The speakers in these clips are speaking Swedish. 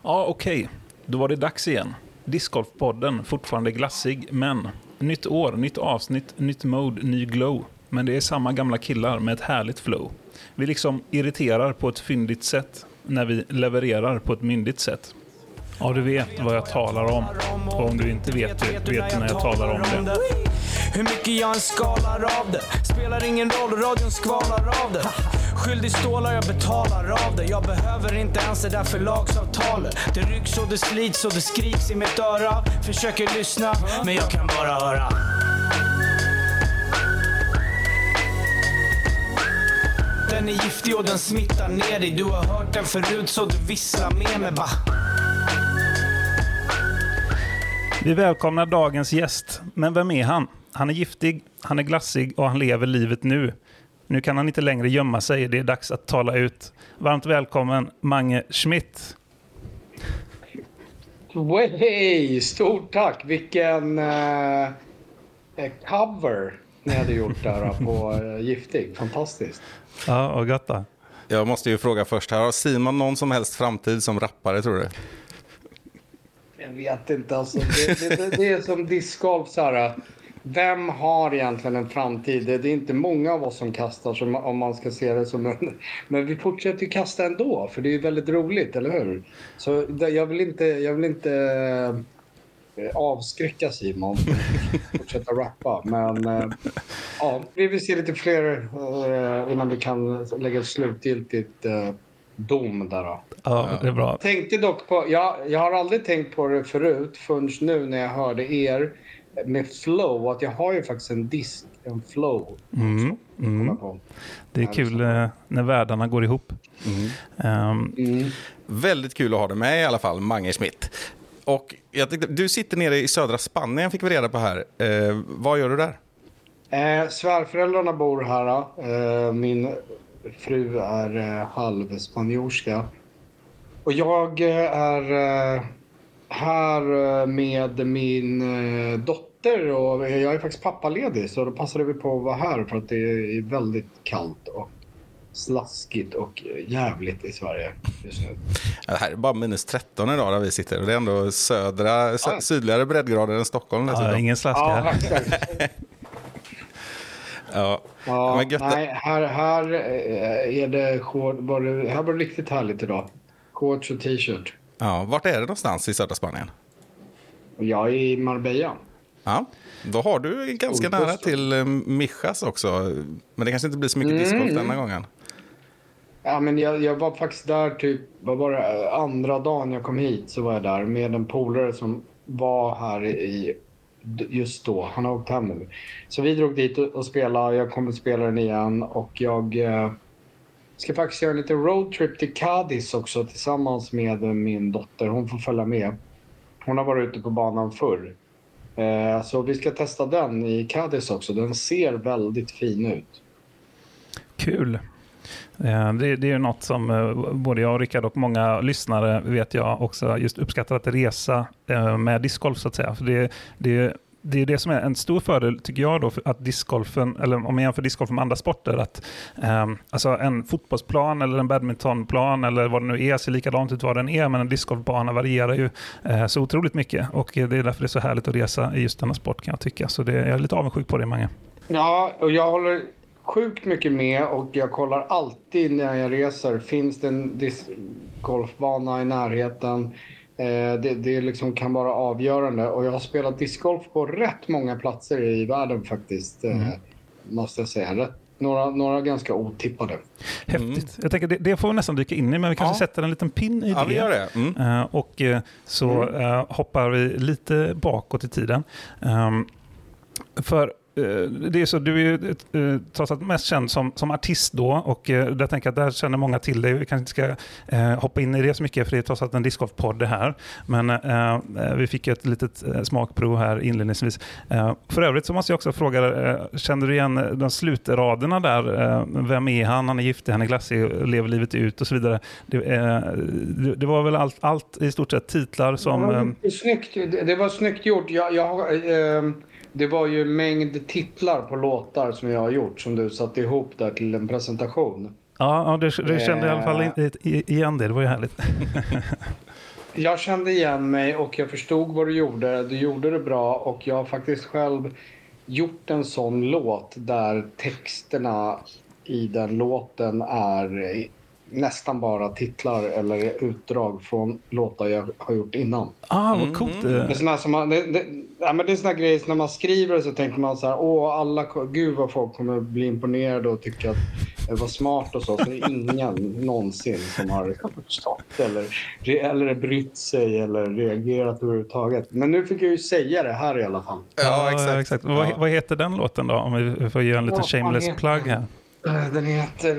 Ja, okej. Då var det dags igen. Discgolfpodden, fortfarande glassig, men nytt år, nytt avsnitt, nytt mode, ny glow. Men det är samma gamla killar med ett härligt flow. Vi liksom irriterar på ett fyndigt sätt när vi levererar på ett myndigt sätt. Ja, du vet vad jag talar om. Och om du inte vet det, vet du när jag talar om det. Hur mycket jag än skalar av det spelar ingen roll, radion skvalar av det. Skyldig stålar, jag betalar av det. Jag behöver inte ens det där förlagsavtalet. Det rycks och det slits och det skriks i mitt öra. Försöker lyssna, men jag kan bara höra. Den är giftig och den smittar ner dig. Du har hört den förut så du visslar med mig bara. Vi välkomnar dagens gäst. Men vem är han? Han är giftig, han är glassig och han lever livet nu. Nu kan han inte längre gömma sig. Det är dags att tala ut. Varmt välkommen, Mange Schmidt. Hej, stort tack. Vilken cover ni hade gjort där på Giftig. Fantastiskt. Ja, och gott. Jag måste ju fråga först här. Har Simon någon som helst framtid som rappare, tror du? Jag vet inte. Alltså, det är som discgolf så här. Vem har egentligen en framtid? Det är inte många av oss som kastar, som, om man ska se det som en... Men vi fortsätter ju kasta ändå, för det är ju väldigt roligt, eller hur? Så jag vill inte avskräcka Simon fortsätta rappa. Men ja, vi vill se lite fler innan vi kan lägga ett slutgiltigt dom där då. Ja, det är bra. Tänkte dock på, jag har aldrig tänkt på det förut förrän nu när jag hörde er med flow, att jag har ju faktiskt en flow. Det är kul när världarna går ihop. Väldigt kul att ha dig med i alla fall, Mange Schmidt. Och jag tänkte, du sitter nere i södra Spanien, fick vi reda på här. Vad gör du där? Svärföräldrarna bor här. Min fru är halvspanjorska. Och jag är här med min dotter, och jag är faktiskt pappaledig, så då passade vi på att vara här för att det är väldigt kallt och slaskigt och jävligt i Sverige just nu. Det här är bara minus 13 idag där vi sitter. Det är ändå sydligare breddgrader än Stockholm. Ja, ingen slask här. Ja, men gött. Nej, här är det här var det riktigt härligt idag. Shorts och t-shirt. Ja, vart är det någonstans i södra Spanien? Jag är i Marbella. Ja, då har du ganska nära till Mijas också. Men det kanske inte blir så mycket discgolf denna gången. Ja, men jag var faktiskt där typ, vad var det, andra dagen jag kom hit så var jag där med en polare som var här just då. Han har åkt hem nu. Så vi drog dit och spelade. Jag kommer att spela den igen. Och jag ska faktiskt göra en liten roadtrip till Cadiz också tillsammans med min dotter. Hon får följa med. Hon har varit ute på banan förr. Så vi ska testa den i Cadiz också. Den ser väldigt fin ut. Kul. Det är ju något som både jag och Rickard och många lyssnare vet jag också just uppskattar, att resa med discgolf så att säga. För det är det som är en stor fördel tycker jag då, att discgolfen, eller om man jämför discgolfen med andra sporter, att alltså en fotbollsplan eller en badmintonplan eller vad det nu är ser likadant ut vad den är, men en discgolfbana varierar ju så otroligt mycket, och det är därför det är så härligt att resa i just denna sport kan jag tycka. Så jag är lite avundsjuk på det, Mange. Ja, och jag håller sjukt mycket med, och jag kollar alltid när jag reser, finns det en discgolfbana i närheten? Det liksom kan vara avgörande, och jag har spelat discgolf på rätt många platser i världen faktiskt, måste jag säga. Några ganska otippade. Häftigt. Jag tänker det får vi nästan dyka in i, men vi kanske sätter en liten pin i det. Ja, vi gör det. Och så hoppar vi lite bakåt i tiden. För det är så, du är ju trots allt mest känd som artist då, och där tänker jag att där känner många till dig. Vi kanske inte ska hoppa in i det så mycket, för det är trots allt en discgolf-podd det här. Men vi fick ett litet smakprov här inledningsvis. För övrigt så måste jag också fråga, känner du igen de slutraderna där? Vem är han? Han är giftig, han är glassig, lever livet ut och så vidare. Det var väl allt i stort sett titlar som... Det var snyggt gjort. Det var ju en mängd titlar på låtar som jag har gjort, som du satt ihop där till en presentation. Ja, det kände i alla fall igen det. Det var ju härligt. Jag kände igen mig och jag förstod vad du gjorde. Du gjorde det bra och jag har faktiskt själv gjort en sån låt där texterna i den låten är nästan bara titlar eller utdrag från låtar jag har gjort innan. Vad coolt. Det är såna som det är såna grejer när man skriver så tänker man så här, gud vad folk kommer bli imponerade och tycka att det var smart och så är det ingen någonsin som har förstått eller brytt sig eller reagerat överhuvudtaget. Men nu fick jag ju säga det här i alla fall. Ja, exakt. Vad heter den låten då? Om vi får göra en liten shameless plug här. Den heter...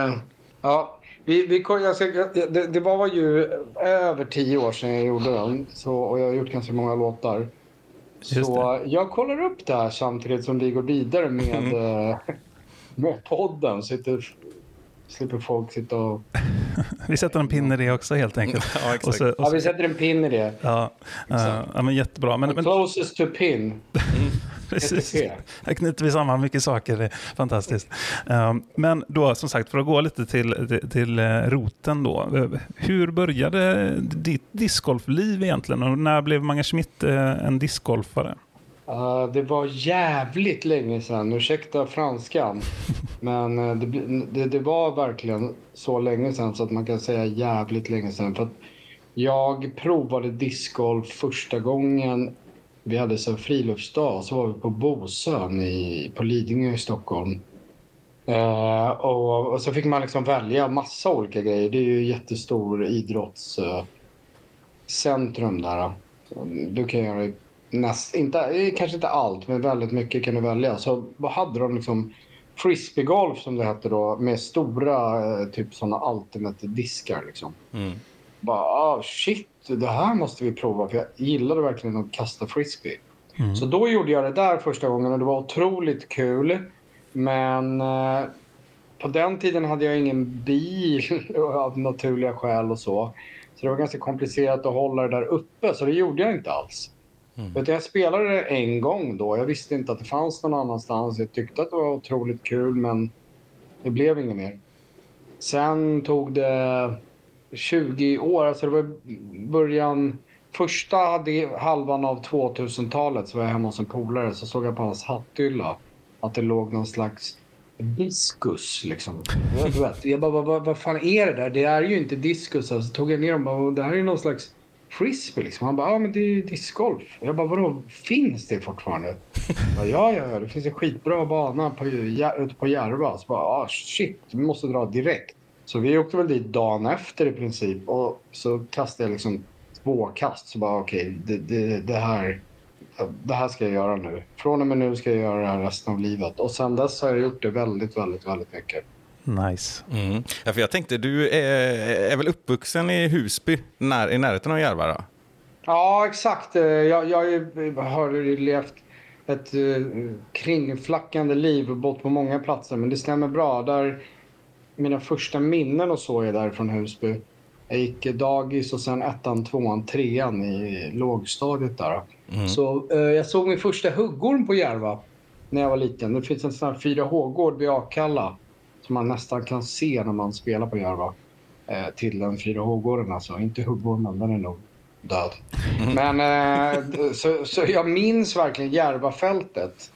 Det var ju över 10 år sedan jag gjorde den. Och jag har gjort ganska många låtar. Så jag kollar upp det här samtidigt som vi går vidare med podden. Slipper folk sitta och... Vi sätter en pin i det också helt enkelt. Ja, exakt. Vi sätter en pin i det. Ja, men jättebra. Men closest to pin. Precis. Här knyter vi samman mycket saker. Det är fantastiskt. Men då som sagt, för att gå lite till roten då. Hur började ditt discgolfliv egentligen? Och när blev Mange Schmidt en discgolfare? Det var jävligt länge sedan, ursäkta franskan. Men det var verkligen så länge sedan så att man kan säga jävligt länge sedan. För att jag provade discgolf första gången vi hade så friluftsdag. Så var vi på Bosön på Lidingö i Stockholm. Och så fick man liksom välja massa olika grejer. Det är ju jättestor idrottscentrum där. Du kan göra kanske inte allt, men väldigt mycket kan du välja. Så vad hade de liksom frisbeegolf som det hette då, med stora typ sådana ultimate diskar liksom. Bara shit, det här måste vi prova, för jag gillade verkligen att kasta frisbee. Så då gjorde jag det där första gången och det var otroligt kul. Men på den tiden hade jag ingen bil av naturliga skäl och så. Så det var ganska komplicerat att hålla det där uppe, så det gjorde jag inte alls. Jag spelade det en gång då. Jag visste inte att det fanns någon annanstans. Jag tyckte att det var otroligt kul, men det blev inget mer. Sen tog det 20 år. Alltså det var första halvan av 2000-talet så var jag hemma hos en polare. Så såg jag på hans hattylla att det låg någon slags diskus liksom. Jag bara, vad fan är det där? Det är ju inte diskus. Så tog jag ner dem och det här är någon slags frisbee liksom. Han bara, men det är discgolf. Jag bara, vadå, finns det fortfarande? Ja, det finns en skitbra bana ute på Järva. Så bara, shit, vi måste dra direkt. Så vi åkte väl dit dagen efter i princip. Och så kastade jag liksom 2 kast. Så bara, okej, det här ska jag göra nu. Från och med nu ska jag göra det här resten av livet. Och sen dess har jag gjort det väldigt, väldigt, väldigt mycket. Nice. Ja, för jag tänkte, du är väl uppvuxen i Husby, i närheten av Järva då? Ja, exakt. Jag har levt ett kringflackande liv och bott på många platser. Men det stämmer bra. Där mina första minnen och så är där från Husby. Jag gick dagis och sen 1:an, 2:an, 3:an i lågstadiet där. Så jag såg min första huggorm på Järva när jag var liten. Det finns en sån här 4H-gård vid Akalla som man nästan kan se när man spelar på Järva. Till den 4H-gården alltså. Inte huggormen, den är nog död. Men så jag minns verkligen Järvafältet.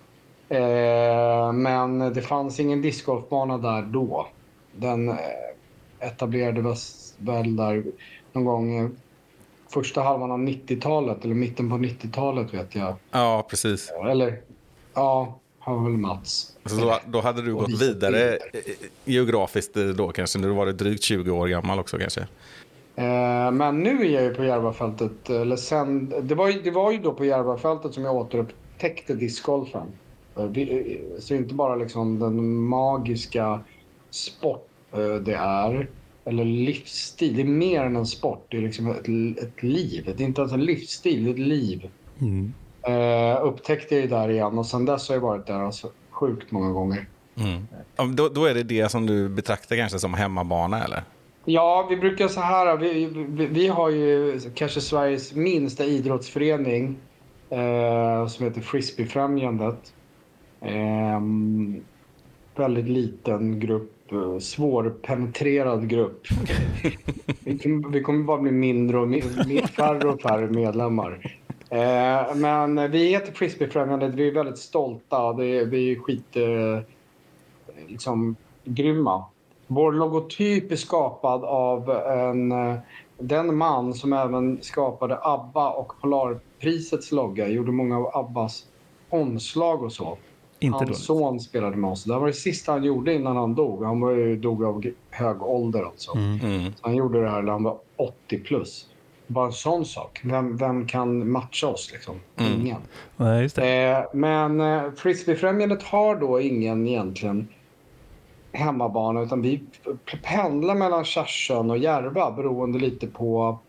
Men det fanns ingen discgolfbana där då. Den etablerades väl där någon gång första halvan av 90-talet eller mitten på 90-talet vet jag. Ja, precis. Eller har väl Mats. Så då hade du gått vidare geografiskt då kanske, när du var drygt 20 år gammal också kanske. Men nu är jag ju på Järvafältet, eller sen, det var ju då på Järvafältet som jag återupptäckte discgolfen. Så inte bara liksom den magiska sport det är, eller livsstil. Det är mer än en sport, det är liksom ett liv. Det är inte ens en livsstil, det är ett liv. Upptäckte jag ju där igen och sen dess har jag varit där alltså sjukt många gånger. Då är det som du betraktar kanske som hemmabana eller? Ja, vi brukar så här, vi har ju kanske Sveriges minsta idrottsförening som heter Frisbeefrämjandet. Väldigt liten grupp svårpenetrerad grupp. Vi kommer bara bli mindre och färre och färre medlemmar. Men vi heter Frisbeefrämjandet. Vi är väldigt stolta. Vi är liksom grymma. Vår logotyp är skapad av den man som även skapade ABBA och Polarprisets logga. Gjorde många av ABBAs omslag och så. Hans son spelade med oss. Det var det sista han gjorde innan han dog. Han dog av hög ålder alltså. Så han gjorde det här när han var 80 plus. Bara en sån sak. Vem kan matcha oss liksom? Ingen. Nej, just det. Men Frisbeefrämjandet har då ingen egentligen hemmabana, utan vi pendlar mellan Kärsön och Järva beroende lite på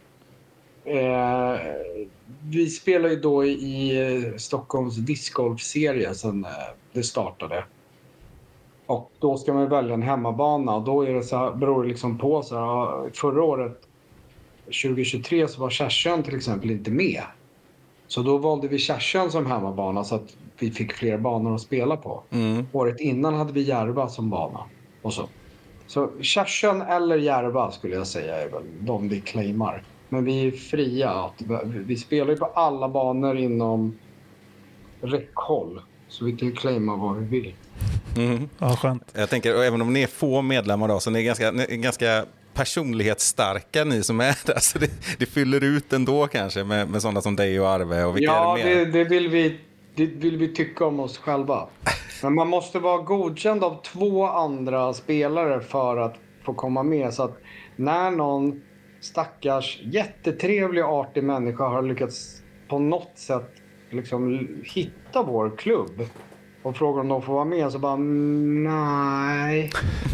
vi spelar ju då i Stockholms discgolfserie sen det startade. Och då ska man välja en hemmabana och då är det så här, beror det liksom på så här, förra året 2023 så var Kärsön till exempel inte med. Så då valde vi Kärsön som hemmabana så att vi fick fler banor att spela på. Året innan hade vi Järva som bana. Och så Kärsön eller Järva skulle jag säga är väl de vi claimar. Men vi är fria. Vi spelar ju på alla banor inom räckhåll. Så vi kan claima vad vi vill. Ja, skönt. Jag tänker, även om ni är få medlemmar då, så ni är ganska personlighetsstarka ni som är där. Så det fyller ut ändå kanske med sådana som dig och Arve. Och vilka är det vill vi tycka om oss själva. Men man måste vara godkänd av 2 andra spelare för att få komma med. Så att när någon stackars jättetrevlig och artig människa har lyckats på något sätt liksom hitta vår klubb och frågar om de får vara med, så bara nej.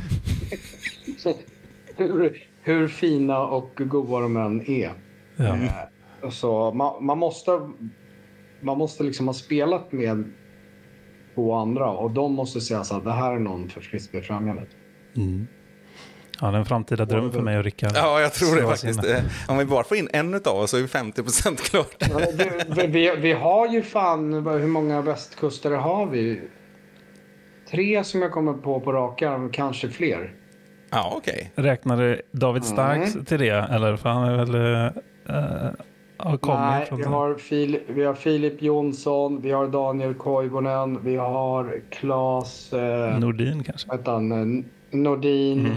hur fina och goda de än är. Ja. Så man måste liksom ha spelat med 2 andra och de måste säga så att det här är någon för Frisbeefrämjandet. Ja, det är en framtida dröm för mig och Rickard. Ja, jag tror det faktiskt. Om vi bara får in en utav oss så är vi 50% klart. Vi har ju fan, hur många västkuster har vi? 3 som jag kommer på raka, kanske fler. Ja, okej. Räknade David Starks till det? Eller för han är väl... Nej, vi har Filip Jonsson, vi har Daniel Koivunen, vi har Claes... Nordin kanske? Nordin.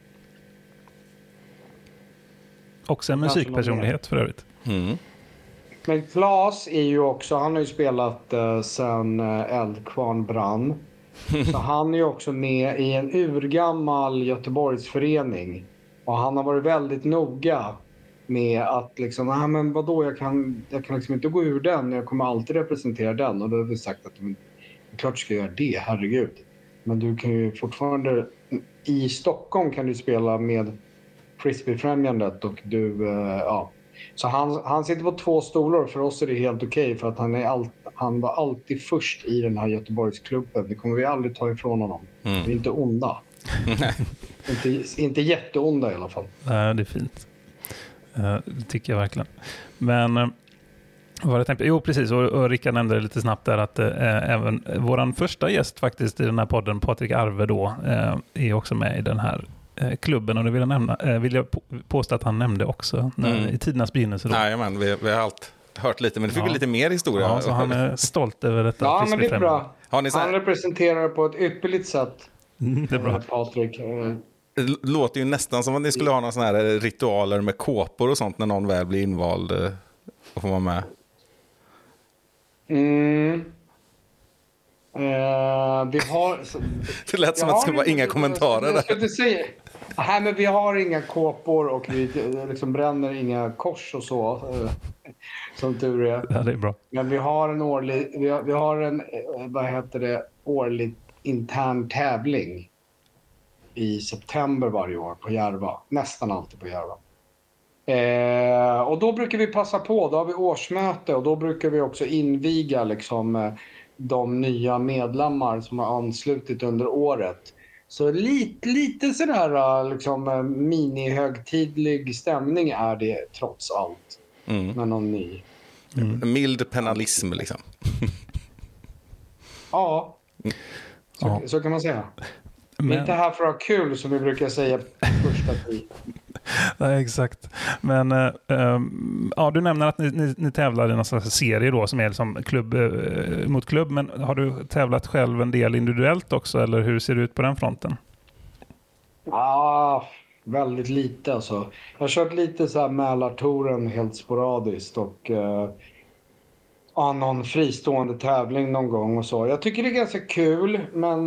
Också en musikpersonlighet för övrigt. Men Claes är ju också, han har ju spelat sen Eldkvarn brann. Så han är ju också med i en urgammal Göteborgsförening. Och han har varit väldigt noga med att liksom, nej men vadå, jag kan liksom inte gå ur den. Jag kommer alltid representera den. Och då har vi sagt att klart ska jag göra det, herregud. Men du kan ju fortfarande, i Stockholm kan du spela med Frisbeefrämjandet och du, Så han sitter på 2 stolar, för oss är det helt okej för att han var alltid först i den här Göteborgsklubben. Det kommer vi aldrig ta ifrån honom. Vi är inte onda. inte jätteonda i alla fall. Nej, det är fint. Det tycker jag verkligen. Men vad jag tänkte, precis, och Rickard nämnde lite snabbt där att även våran första gäst faktiskt i den här podden, Patrik Arve då, är också med i den här klubben, och det vill jag påstå att han nämnde också i tidernas begynnelse då. Nej, men vi har hört lite, men det fick vi lite mer historia. Ja, så han är stolt över detta. Ja, men det är bra. Han representerar på ett ypperligt sätt. Det är bra. Patrik. Det låter ju nästan som att ni skulle ha några såna här ritualer med kåpor och sånt när någon väl blir invald och får vara med. Vi har... Det lät som att det skulle vara inga kommentarer där. Nej, men vi har inga kåpor och vi liksom bränner inga kors och så. Som tur är. Ja, det är bra. Men vi har en årlig intern tävling i september varje år på Järva. Nästan alltid på Järva. Och då brukar vi passa på. Då har vi årsmöte och då brukar vi också inviga liksom de nya medlemmar som har anslutit under året. Så lite sådär liksom mini-högtidlig stämning är det trots allt. Med någon ny. Mild penalism liksom. Ja. Så kan man säga. Vi är inte här för att ha kul, som vi brukar säga första tid. Nej, exakt. Men ja, du nämner att ni tävlar i någon slags serie då, som är liksom klubb mot klubb. Men har du tävlat själv en del individuellt också, eller hur ser det ut på den fronten? Ja, väldigt lite alltså. Jag har kört lite så här Mälartouren helt sporadiskt och någon fristående tävling någon gång och så. Jag tycker det är ganska kul, men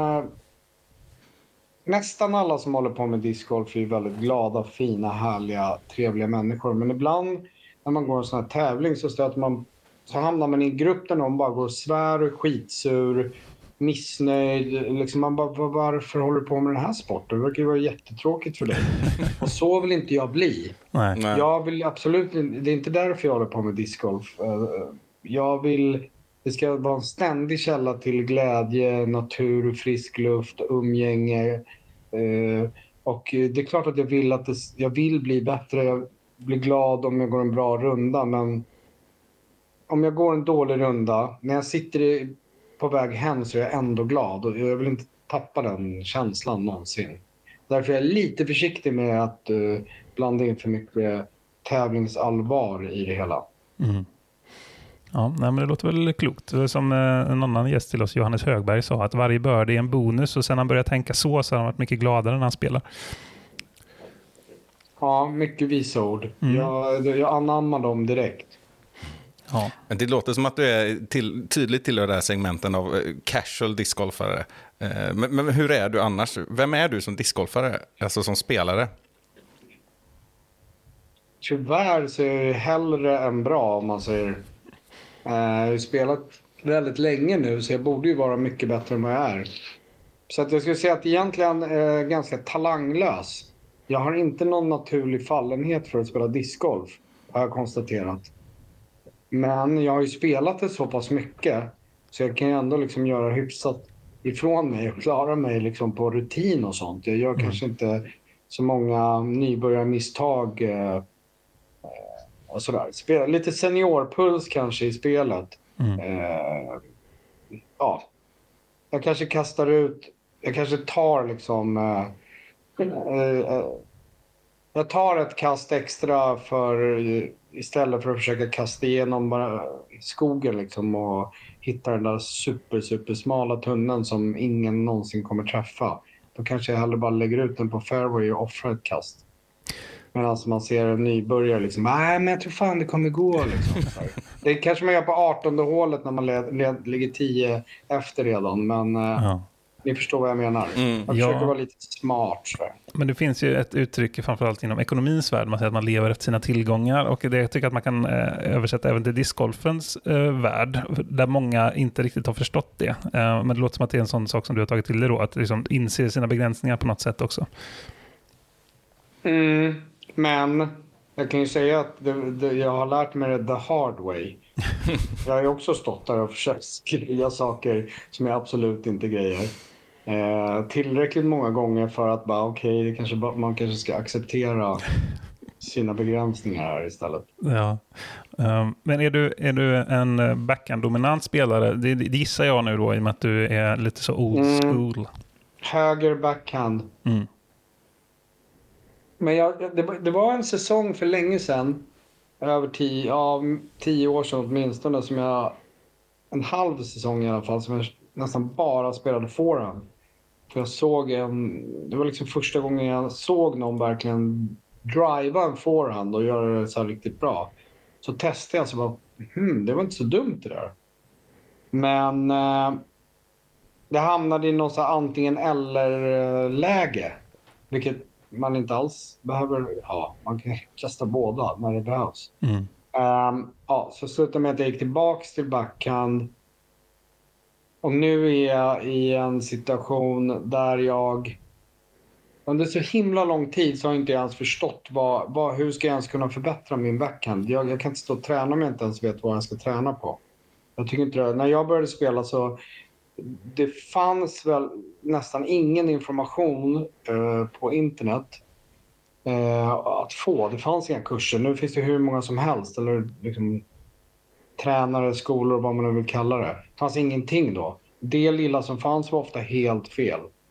nästan alla som håller på med discgolf är väldigt glada, fina, härliga, trevliga människor. Men ibland när man går en sån här tävling så hamnar man i en grupp där någon bara går och svär och är skitsur, missnöjd. Liksom man bara, varför håller du på med den här sporten? Det verkar ju vara jättetråkigt för dig. Och så vill inte jag bli. Nej. Jag vill absolut, det är inte därför jag håller på med discgolf. Jag vill, det ska vara en ständig källa till glädje, natur, frisk luft, umgänge. Och det är klart att jag vill bli bättre. Jag blir glad om jag går en bra runda. Men om jag går en dålig runda, när jag sitter på väg hem så är jag ändå glad. Och jag vill inte tappa den känslan någonsin. Därför är jag lite försiktig med att blanda in för mycket tävlingsallvar i det hela. Mm. Ja, nej, men det låter väl klokt. Som en annan gäst till oss, Johannes Högberg, sa att varje börd är en bonus, och sen han började tänka så har han varit mycket gladare när han spelar. Ja, mycket visa ord. Jag anammar dem direkt. Ja. Men det låter som att du är tydligt tillhör det här segmenten av casual discgolfare. Men hur är du annars? Vem är du som discgolfare? Alltså som spelare? Tyvärr så är det hellre än bra, om man säger. Jag har spelat väldigt länge nu, så jag borde ju vara mycket bättre än vad jag är. Så att jag skulle säga att egentligen är ganska talanglös. Jag har inte någon naturlig fallenhet för att spela discgolf, har jag konstaterat. Men jag har ju spelat det så pass mycket, så jag kan ju ändå liksom göra hyfsat ifrån mig och klara mig liksom på rutin och sånt. Jag gör kanske inte så många nybörjarmisstag och sådär. Spela lite seniorpuls kanske i spelet. Ja. Jag kanske kastar ut, jag kanske tar liksom jag tar ett kast extra istället för att försöka kasta igenom bara skogen liksom och hitta den där super smala tunneln som ingen någonsin kommer träffa. Då kanske jag hellre bara lägger ut den på fairway och offrar ett kast. Medan man ser en nybörjare liksom, nej men jag tror fan det kommer gå liksom. Det kanske man gör på 18:e hålet när man ligger 10 efter redan, men ni förstår vad jag menar. Jag försöker vara lite smart. Så. Men det finns ju ett uttryck framförallt inom ekonomins värld. Man säger att man lever efter sina tillgångar. Och det jag tycker att man kan översätta även till discgolfens värld. Där många inte riktigt har förstått det. Men det låter som att det är en sån sak som du har tagit till dig då. Att liksom inse sina begränsningar på något sätt också. Men jag kan ju säga att jag har lärt mig det the hard way. Jag har ju också stått där och försökt skriva saker som jag absolut inte grejer. Tillräckligt många gånger för att bara man kanske ska acceptera sina begränsningar här istället. Ja. Men är du en backhand-dominant spelare? Det gissar jag nu då, i och med att du är lite så old school. Höger backhand. Men det var en säsong för länge sedan, över 10 år sedan åtminstone, som en halv säsong i alla fall, som jag nästan bara spelade forehand. För jag såg det var liksom första gången jag såg någon verkligen driva en forehand och göra det så här riktigt bra. Så testade jag, så bara, det var inte så dumt det där. Men det hamnade i någon så här antingen eller-läge, vilket man inte alls behöver ha. Man kan kasta båda när det behövs. Så slutade med att jag gick tillbaks till backhand. Och nu är jag i en situation där jag under så himla lång tid så har jag inte ens förstått hur ska jag ens kunna förbättra min backhand. Jag kan inte stå och träna om jag inte ens vet vad jag ska träna på. Jag tycker inte det. När jag började spela så det fanns väl nästan ingen information på internet att få. Det fanns inga kurser. Nu finns det hur många som helst. Eller liksom tränare, skolor, vad man nu vill kalla det. Det fanns ingenting då. Det lilla som fanns var ofta helt fel.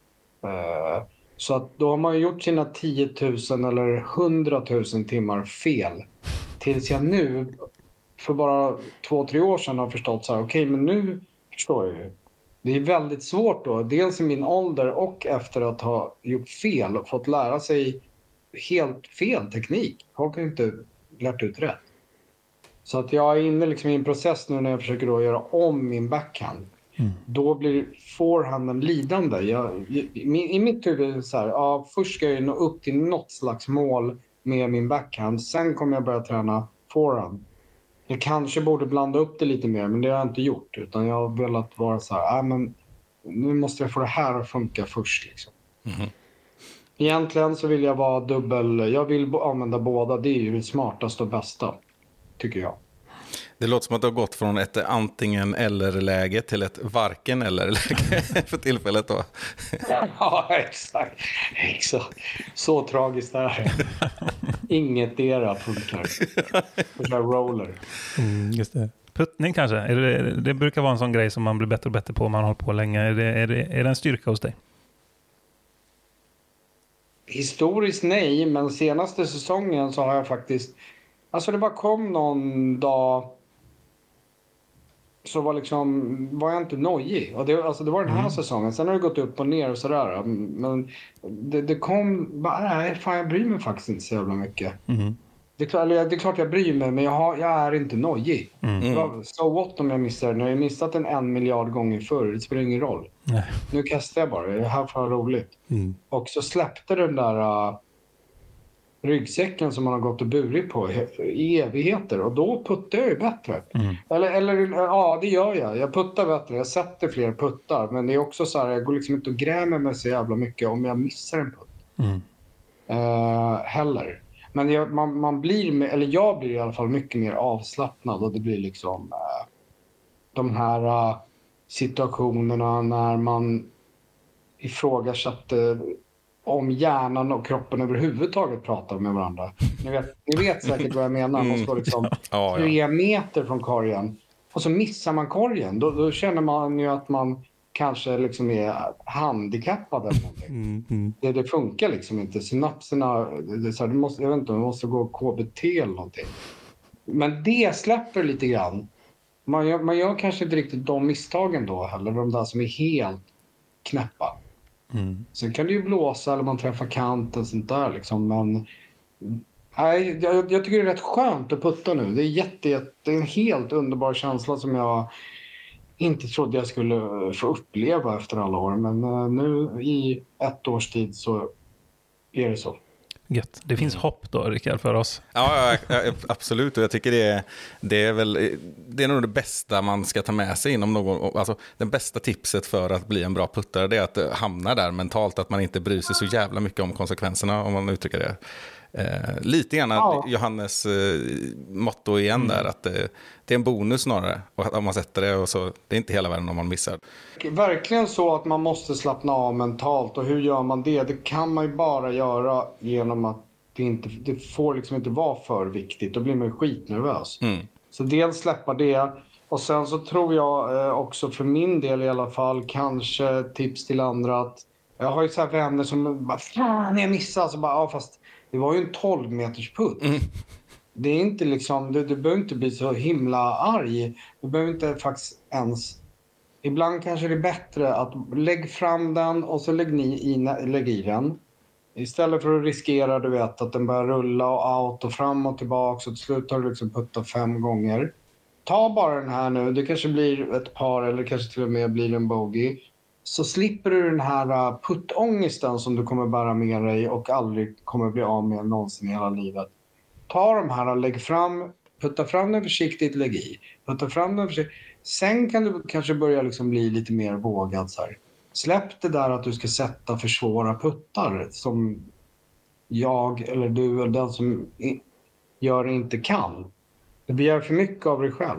Så att då har man gjort sina 10 000 eller 100 000 timmar fel. Tills jag nu, för bara 2-3 år sedan, har förstått så här, okej, men nu förstår jag ju. Det är väldigt svårt då, dels i min ålder och efter att ha gjort fel och fått lära sig helt fel teknik. Folk har inte lärt ut rätt. Så att jag är inne liksom i en process nu när jag försöker då göra om min backhand. Då blir forehanden lidande. I mitt huvud är det så här, först ska jag nå upp till något slags mål med min backhand. Sen kommer jag börja träna forehand. Jag kanske borde blanda upp det lite mer, men det har jag inte gjort. Utan jag har velat vara så här, men nu måste jag få det här att funka först. Liksom. Egentligen så vill jag vara dubbel. Jag vill använda båda. Det är ju det smartaste och bästa, tycker jag. Det låter som att det har gått från ett antingen eller-läge till ett varken eller-läge för tillfället då. Ja, exakt. Så tragiskt är det. Inget dera funkar. Det roller. Just det. Puttning kanske? Det brukar vara en sån grej som man blir bättre och bättre på om man håller på länge. Är det en styrka hos dig? Historiskt nej, men senaste säsongen så har jag faktiskt... Alltså det bara kom någon dag så var jag inte nojig. Och det var den här säsongen. Sen har det gått upp och ner och sådär. Men det kom... Nej, fan, jag bryr mig faktiskt inte så jävla mycket. Det är klart jag bryr mig, men jag är inte nojig. So what om jag missar? När jag missat 1 miljard gånger förr, det spelar ingen roll. Nej. Nu kastar jag bara, det är här för roligt. Och så släppte den där ryggsäcken som man har gått och burit på i evigheter. Och då puttar jag ju bättre. Ja, det gör jag. Jag puttar bättre, jag sätter fler puttar. Men det är också så här, jag går liksom inte och grämer mig så jävla mycket om jag missar en putt. Heller. Men jag blir i alla fall mycket mer avslappnad och det blir liksom de här situationerna när man ifrågasätter om hjärnan och kroppen överhuvudtaget pratar med varandra. Ni vet säkert vad jag menar. Man står liksom 3 meter från korgen och så missar man korgen. Då känner man ju att man kanske liksom är handikappad eller någonting. Det funkar liksom inte. Synapserna, man måste gå KBT eller någonting. Men det släpper lite grann. Man gör kanske inte riktigt de misstagen då heller. De där som är helt knäppa. Sen kan det ju blåsa eller man träffar kanten sånt där liksom. Men nej, jag tycker det är rätt skönt att putta nu. Det är en helt underbar känsla som jag inte trodde jag skulle få uppleva efter alla år. Men nu i 1 års tid så är det så. Gött. Det finns hopp då, Rickard, för oss. Ja, absolut. Och jag tycker det är nog det bästa man ska ta med sig inom någon. Alltså, det bästa tipset för att bli en bra puttare, det är att hamna där mentalt, att man inte bryr sig så jävla mycket om konsekvenserna, om man uttrycker det. Lite grann Johannes motto igen där, att det är en bonus snarare, och om man sätter det, och så det är inte hela världen om man missar. Verkligen så att man måste slappna av mentalt, och hur gör man det? Det kan man ju bara göra genom att det får liksom inte vara för viktigt, då blir man skitnervös. Så dels släppa det, och sen så tror jag också för min del i alla fall, kanske tips till andra, att jag har ju så här vänner som bara, fan jag missade, så bara, fast det var ju en 12 meters putt. Det är inte liksom, du behöver inte bli så himla arg. Du behöver inte faktiskt ens... Ibland kanske det är bättre att lägga fram den och så lägg i den. Istället för att riskera, du vet, att den börjar rulla och out och fram och tillbaka. Så till slut har du liksom puttat 5 gånger. Ta bara den här nu. Det kanske blir ett par eller kanske till och med blir en bogey. Så slipper du den här puttångesten som du kommer bära med dig och aldrig kommer bli av med någonsin i hela livet. Ta de här och lägg fram, putta fram den försiktigt, lägg i. Putta fram den försiktigt. Sen kan du kanske börja liksom bli lite mer vågad så här. Släpp det där att du ska sätta för svåra puttar som jag eller du eller den som gör det inte kan. Du begär för mycket av dig själv.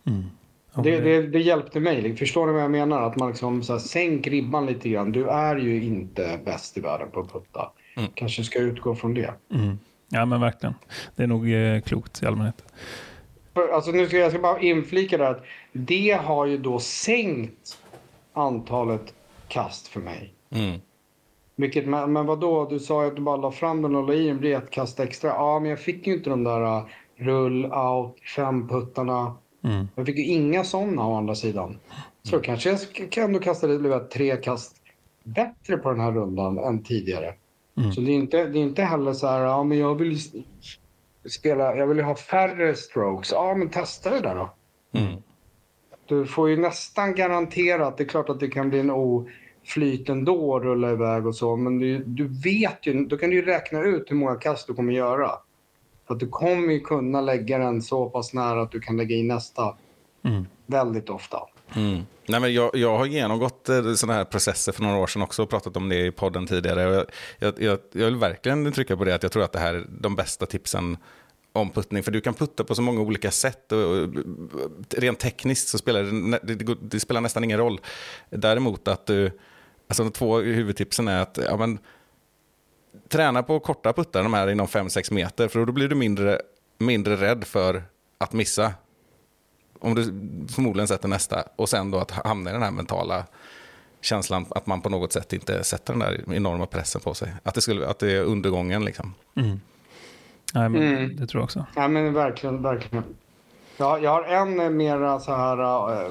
Det hjälpte mig. Förstår ni vad jag menar? Att man liksom så här, sänk ribban lite grann. Du är ju inte bäst i världen på att putta. Kanske ska utgå från det. Ja, men verkligen. Det är nog klokt i allmänhet. Alltså nu ska jag bara inflika där att det har ju då sänkt antalet kast för mig. Men vadå? Du sa ju att du bara la fram den och la i en bretkast extra. Ja, men jag fick ju inte de där rull, out, 5-puttarna. Jag fick ju inga sådana å andra sidan. Så kanske jag kan då kasta det 3 kast bättre på den här rundan än tidigare. Så det är inte heller så här, ja men jag vill spela, jag vill ha färre strokes. Ja men testa det där då. Du får ju nästan garanterat, det är klart att det kan bli en flyt ändå och rulla iväg och så. Men du vet ju, då kan du ju räkna ut hur många kast du kommer göra. För att du kommer ju kunna lägga den så pass nära att du kan lägga in nästa väldigt ofta. Nej, men jag har genomgått sådana här processer för några år sedan också och pratat om det i podden tidigare. Jag vill verkligen trycka på det, att jag tror att det här är de bästa tipsen om puttning. För du kan putta på så många olika sätt och rent tekniskt så spelar det spelar nästan ingen roll. Däremot att alltså de 2 huvudtipsen är att träna på korta puttar, de här inom 5-6 meter, för då blir du mindre rädd för att missa. Om du förmodligen sätter nästa. Och sen då att hamna i den här mentala känslan att man på något sätt inte sätter den där enorma pressen på sig. Att det är undergången liksom. Nej, men det tror jag också. Ja, men verkligen. Ja, jag har en mera så här...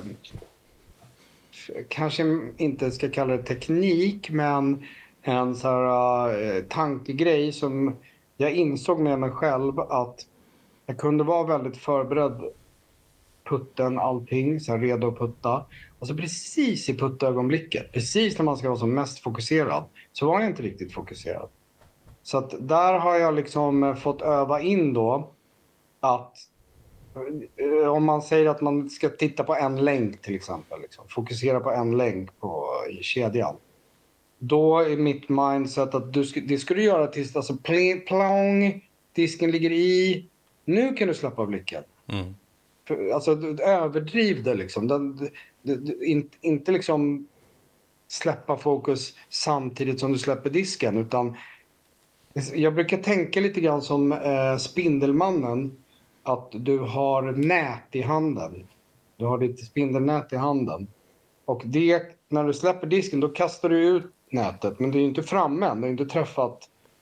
kanske inte ska kalla det teknik, men en så här tankegrej som jag insåg med mig själv att jag kunde vara väldigt förberedd, putten, allting, så här redo att putta. Och så precis i puttögonblicket, precis när man ska vara som mest fokuserad, så var jag inte riktigt fokuserad. Så att där har jag liksom fått öva in då att om man säger att man ska titta på en länk till exempel, liksom, fokusera på en länk i kedjan. Då är mitt mindset att det ska du göra tills alltså, plong, disken ligger i, nu kan du släppa blicken. Alltså överdriv det liksom. Inte liksom släppa fokus samtidigt som du släpper disken, utan jag brukar tänka lite grann som Spindelmannen, att du har nät i handen. Du har ditt spindelnät i handen. Och det, när du släpper disken, då kastar du ut nätet, men det är ju inte framme än, det är inte träffat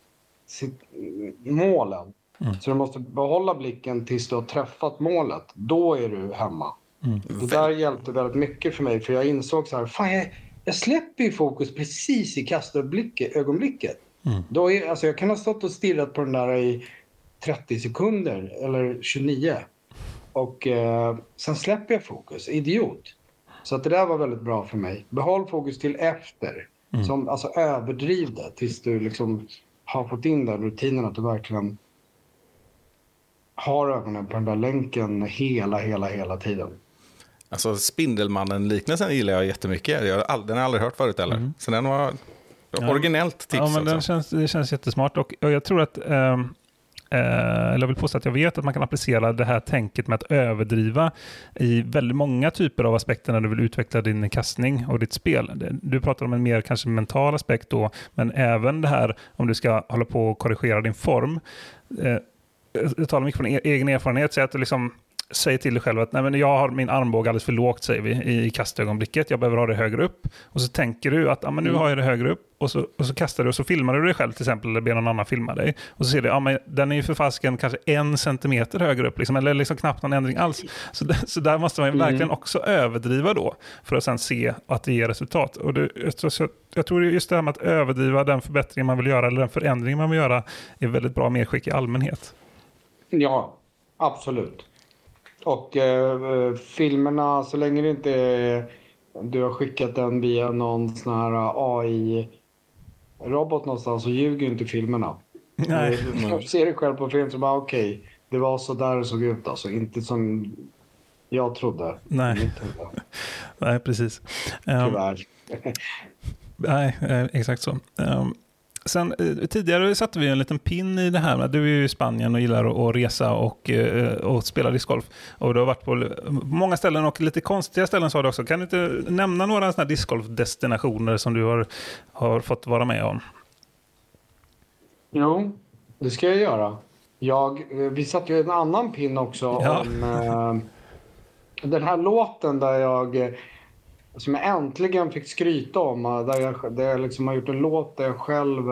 målen. Så du måste behålla blicken tills du har träffat målet. Då är du hemma. Det där hjälpte väldigt mycket för mig. För jag insåg så här, fan jag släpper ju fokus precis i kastögonblicket. Då alltså jag kan ha stått och stirrat på den där i 30 sekunder eller 29. Och sen släpper jag fokus. Idiot. Så att det där var väldigt bra för mig. Behåll fokus till efter. Alltså överdriv det tills du liksom har fått in den rutinen att du verkligen har ögonen på den där länken hela tiden. Alltså Spindelmannen-liknelsen gillar jag jättemycket. Den har jag aldrig hört förut heller. Så den var originellt tips. Ja, men det känns jättesmart. Och jag tror att eller jag vill påstå att jag vet att man kan applicera det här tänket med att överdriva i väldigt många typer av aspekter när du vill utveckla din kastning och ditt spel. Du pratar om en mer kanske mental aspekt då, men även det här om du ska hålla på och korrigera din form. Jag talar mycket från egen erfarenhet, så att du liksom säger till dig själv att nej, men jag har min armbåge alldeles för lågt, säger vi, i kastögonblicket. Jag behöver ha det högre upp. Och så tänker du att men nu har jag det högre upp. Och så kastar du och så filmar du dig själv till exempel, eller ber någon annan filma dig. Och så ser du, men den är ju för fasken kanske 1 centimeter högre upp. Liksom, eller liksom knappt någon ändring alls. Så där måste man ju verkligen också överdriva då. För att sen se att det ger resultat. Och jag tror just det här med att överdriva den förbättring man vill göra, eller den förändring man vill göra, är väldigt bra medskick i allmänhet. Ja, absolut. Och filmerna, så länge det inte är, du har skickat den via någon sån här AI-robot någonstans, så ljuger inte filmerna. Nej. Du ser dig själv på film så bara okej, det var så där det såg ut. Alltså inte som jag trodde. Nej, nej precis. Tyvärr. Nej, exakt så. Sen tidigare satte vi en liten pin i det här med, du är ju i Spanien och gillar att resa och spela discgolf, och du har varit på många ställen och lite konstiga ställen, sa du också. Kan du inte nämna några sådana här discgolfdestinationer som du har fått vara med om? Jo, det ska jag göra. Vi satte ju en annan pin också om den här låten där jag som jag äntligen fick skryta om. Där jag liksom har gjort en låt där jag själv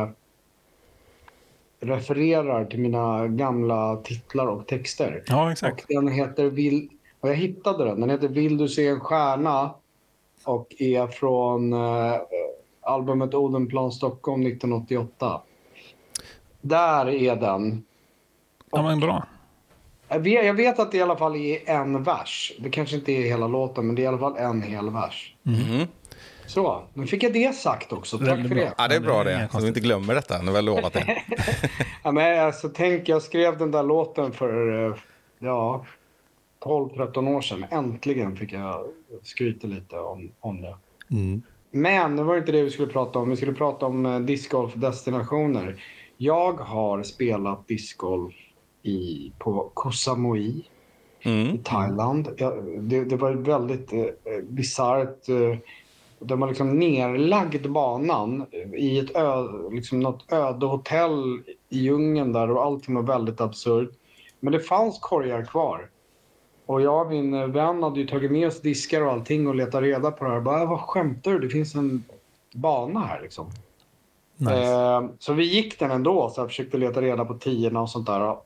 refererar till mina gamla titlar och texter. Ja, exakt. Och den heter och jag hittade den. Den heter Vill du se en stjärna? Och är från albumet Odenplan Stockholm 1988. Där är den. Ja, men bra. Jag vet att det i alla fall är en vers. Det kanske inte är hela låten, men det är i alla fall en hel vers. Mm. Så, nu fick jag det sagt också. Tack Väldigt för bra. det. Ja, det är bra det. Så vi inte glömmer detta. Nu har jag lovat det. Ja, men alltså, jag skrev den där låten för 12-13 år sedan. Äntligen fick jag skryta lite om det. Mm. Men det var inte det vi skulle prata om. Vi skulle prata om discgolf-destinationer. Jag har spelat discgolf på Koh Samui i Thailand. Det var väldigt bisarrt. De har liksom nerlagd banan i ett något öde hotell i djungeln där och allting var väldigt absurt. Men det fanns korgar kvar. Och jag och min vän hade ju tagit med oss diskar och allting och letat reda på det här. Bara, vad skämtar du? Det finns en bana här liksom. Nice. Så vi gick den ändå, så jag försökte leta reda på tiorna och sånt där.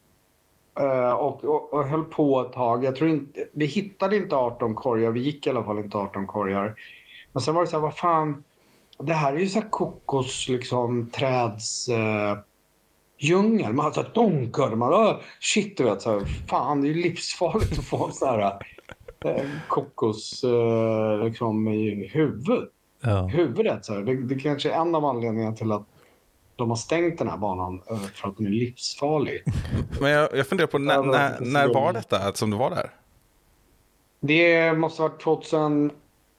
Och höll på ett tag. Jag tror inte, vi hittade inte 18 korgar. Vi gick i alla fall inte 18 korgar. Men sen var det så här, vad fan. Det här är ju så här kokos, liksom, träds djungel. Man har så här donkar. Man, shit, du vet. Så här, fan, det är ju livsfarligt att få så här kokos liksom i huvudet. Så här. Det kanske är en av anledningarna till att de har stängt den här banan för att den är livsfarlig. Men jag funderar på när var detta som du var där? Det måste ha varit 2008.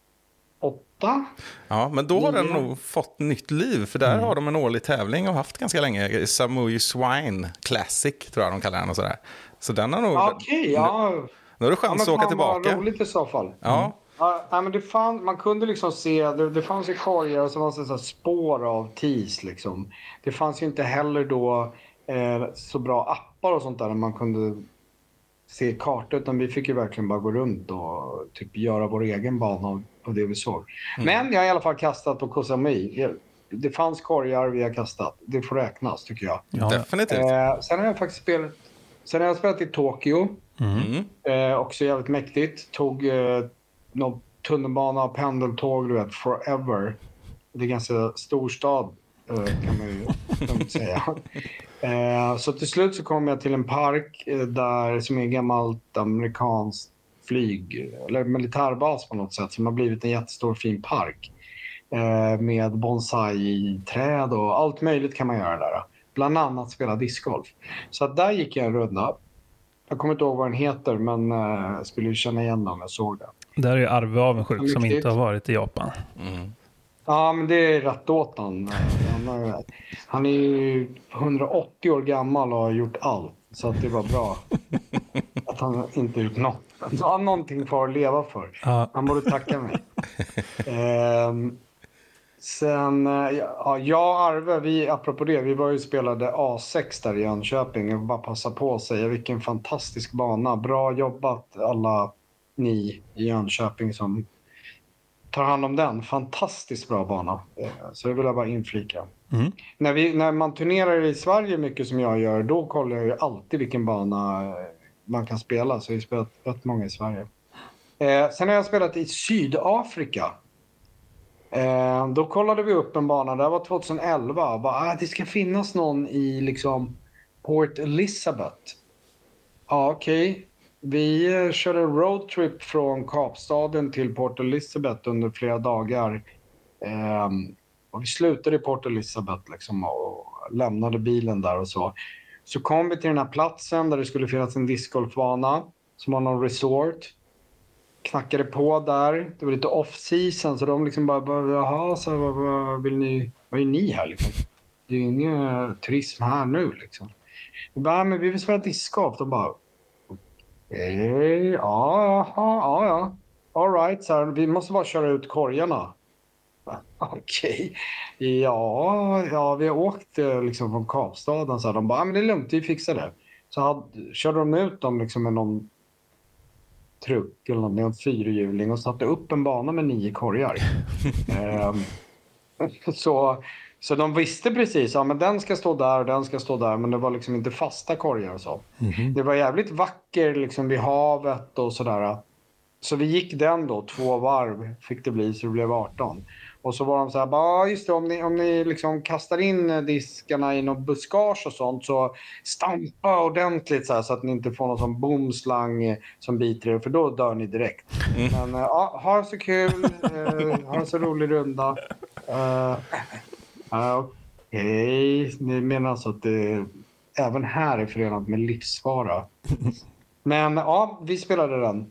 Ja, men då har den nog fått nytt liv. För där har de en årlig tävling och haft ganska länge. Samui Swine Classic tror jag de kallar den och sådär. Så den har nog... Okej, ja. Nu har du chans att åka tillbaka. Vad roligt i så fall. Ja. Ja, men man kunde liksom se, det fanns ju korgar och så var det så här spår av tis liksom. Det fanns ju inte heller då så bra appar och sånt där man kunde se kartor, utan vi fick ju verkligen bara gå runt och typ göra vår egen bana av det vi såg. Men jag har i alla fall kastat på Koh Samui. Det fanns korgar vi har kastat. Det får räknas tycker jag. Ja. Definitivt. Sen har jag faktiskt spelat i Tokyo. Också jävligt mäktigt. Tog någon tunnelbana, pendeltåg, du vet, forever. Det är ganska stor stad, kan man ju säga. Så till slut så kom jag till en park där som är en gammalt amerikanskt eller militärbas på något sätt, som har blivit en jättestor fin park. Med bonsai-träd och allt möjligt kan man göra där. Bland annat spela discgolf. Så att där gick jag en runda. Jag kommer inte ihåg vad den heter, men jag skulle ju känna igen den om jag såg det. Där är ju Arve avundsjuk som inte har varit i Japan. Ja, men det är rätt åt han. Han är ju 180 år gammal och har gjort allt. Så att det var bra att han inte gjort något. Han har någonting kvar att leva för. Han borde tacka mig. Sen, jag och Arve, apropå det, vi var ju spelade A6 där i Jönköping. Jag vill bara passa på att säga vilken fantastisk bana. Bra jobbat alla ni i Jönköping som tar hand om den. Fantastiskt bra bana. Så det vill jag bara inflika. När man turnerar i Sverige mycket som jag gör, då kollar jag ju alltid vilken bana man kan spela. Så jag har spelat rätt många i Sverige. Sen har jag spelat i Sydafrika. Då kollade vi upp en bana, det var 2011. Det ska finnas någon i liksom Port Elizabeth. Ja, okej. Vi körde en roadtrip från Kapstaden till Port Elizabeth under flera dagar. Och vi slutade i Port Elizabeth liksom, och lämnade bilen där och så. Så kom vi till den här platsen där det skulle finnas en discgolfbana som var någon resort. Knackade på där. Det var lite off-season, så de liksom bara jaha, så vad är ni här liksom? Det är ju ingen turism här nu liksom. Vi bara, men vi vill spela discgolf. De bara, ja. All right, så här, vi måste bara köra ut korgarna. Okej. Ja, vi har åkt liksom från Kapstaden, så här. De bara, men det är lugnt, vi fixar det. Så körde de ut dem liksom med någon truck eller någonting, en fyrhjuling och satte upp en bana med 9 korgar. Så de visste precis, ja men den ska stå där och den ska stå där, men det var liksom inte fasta korgar och så. Det var jävligt vacker liksom vid havet och sådär. Så vi gick den då 2 varv fick det bli, så det blev 18. Och så var de så här, bara just det, om ni liksom kastar in diskarna i någon buskage och sånt, så stampa ordentligt så att ni inte får någon sån bomslang som biter er, för då dör ni direkt. Men ja, ha så kul, ha så rolig runda. Okej, ni menar alltså att det även här är förenat med livsfara. Men ja, vi spelade den.